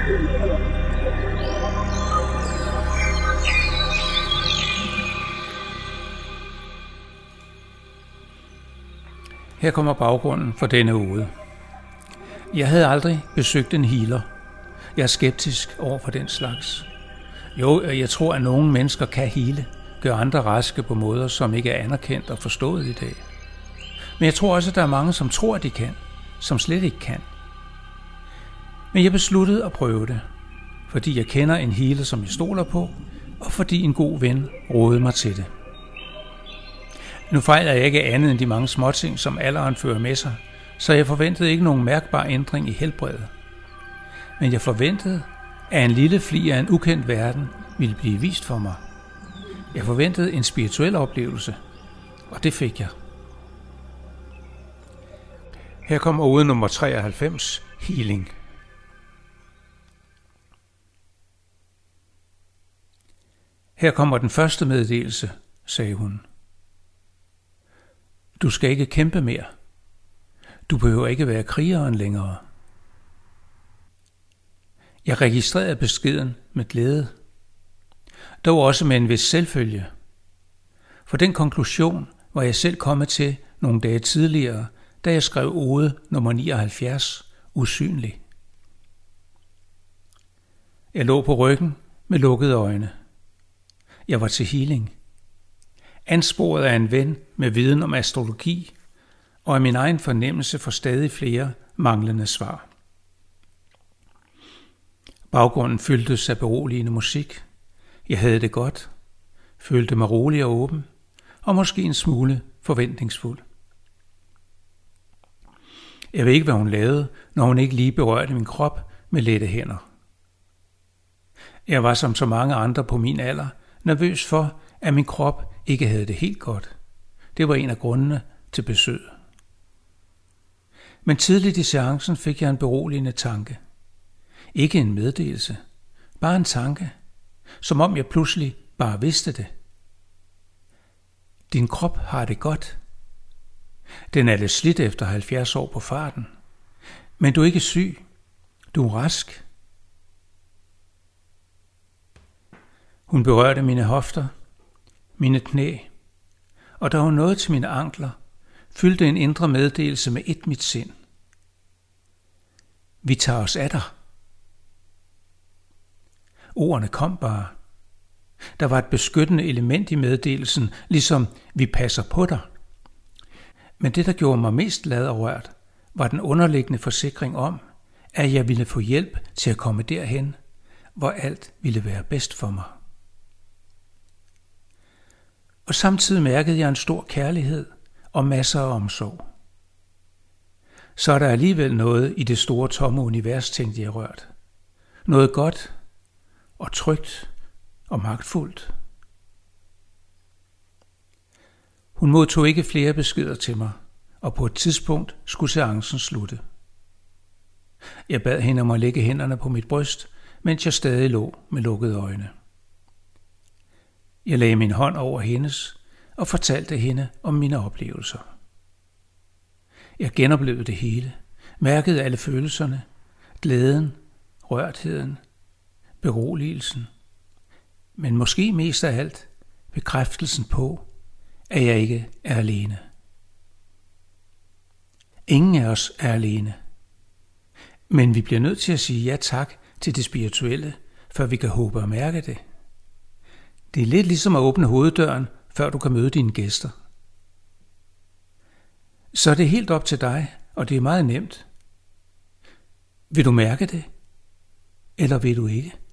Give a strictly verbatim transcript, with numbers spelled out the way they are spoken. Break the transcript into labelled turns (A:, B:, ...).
A: Her kommer baggrunden for denne uge. Jeg havde aldrig besøgt en healer. Jeg er skeptisk over for den slags. Jo, jeg tror, at nogle mennesker kan hele, gøre andre raske på måder, som ikke er anerkendt og forstået i dag. Men jeg tror også, at der er mange, som tror, at de kan, som slet ikke kan. Men jeg besluttede at prøve det, fordi jeg kender en healer, som jeg stoler på, og fordi en god ven rådede mig til det. Nu fejler jeg ikke andet end de mange småting, som alderen fører med sig, så jeg forventede ikke nogen mærkbar ændring i helbredet. Men jeg forventede, at en lille fli af en ukendt verden ville blive vist for mig. Jeg forventede en spirituel oplevelse, og det fik jeg. Her kommer uge nummer treoghalvfems, Healing. Her kommer den første meddelelse, sagde hun. Du skal ikke kæmpe mere. Du behøver ikke være krigeren længere. Jeg registrerede beskeden med glæde, dog også med en vis selvfølge. For den konklusion var jeg selv kommet til nogle dage tidligere, da jeg skrev ode nummer nioghalvfjerds, usynlig. Jeg lå på ryggen med lukkede øjne. Jeg var til healing. Ansporet af en ven med viden om astrologi og af min egen fornemmelse for stadig flere manglende svar. Baggrunden fyldtes af beroligende musik. Jeg havde det godt, følte mig rolig og åben, og måske en smule forventningsfuld. Jeg ved ikke, hvad hun lavede, når hun ikke lige berørte min krop med lette hænder. Jeg var som så mange andre på min alder nervøs for, at min krop ikke havde det helt godt. Det var en af grundene til besøget. Men tidligt i seancen fik jeg en beroligende tanke. Ikke en meddelelse, bare en tanke, som om jeg pludselig bare vidste det. Din krop har det godt. Den er lidt slidt efter halvfjerds år på farten. Men du er ikke syg. Du er rask. Hun berørte mine hofter, mine knæ, og da hun nåede til mine ankler, fyldte en indre meddelelse med ét mit sind. Vi tager os af dig. Ordene kom bare. Der var et beskyttende element i meddelelsen, ligesom vi passer på dig. Men det, der gjorde mig mest glad og rørt, var den underliggende forsikring om, at jeg ville få hjælp til at komme derhen, hvor alt ville være bedst for mig. Og samtidig mærkede jeg en stor kærlighed og masser af omsorg. Så er der alligevel noget i det store tomme univers, tænkte jeg rørt. Noget godt og trygt og magtfuldt. Hun modtog ikke flere beskeder til mig, og på et tidspunkt skulle seancen slutte. Jeg bad hende om at lægge hænderne på mit bryst, mens jeg stadig lå med lukkede øjne. Jeg lagde min hånd over hendes og fortalte hende om mine oplevelser. Jeg genoplevede det hele, mærkede alle følelserne, glæden, rørtheden, beroligelsen, men måske mest af alt bekræftelsen på, at jeg ikke er alene. Ingen af os er alene, men vi bliver nødt til at sige ja tak til det spirituelle, før vi kan håbe og mærke det. Det er lidt ligesom at åbne hoveddøren, før du kan møde dine gæster. Så er det helt op til dig, og det er meget nemt. Vil du mærke det, eller vil du ikke?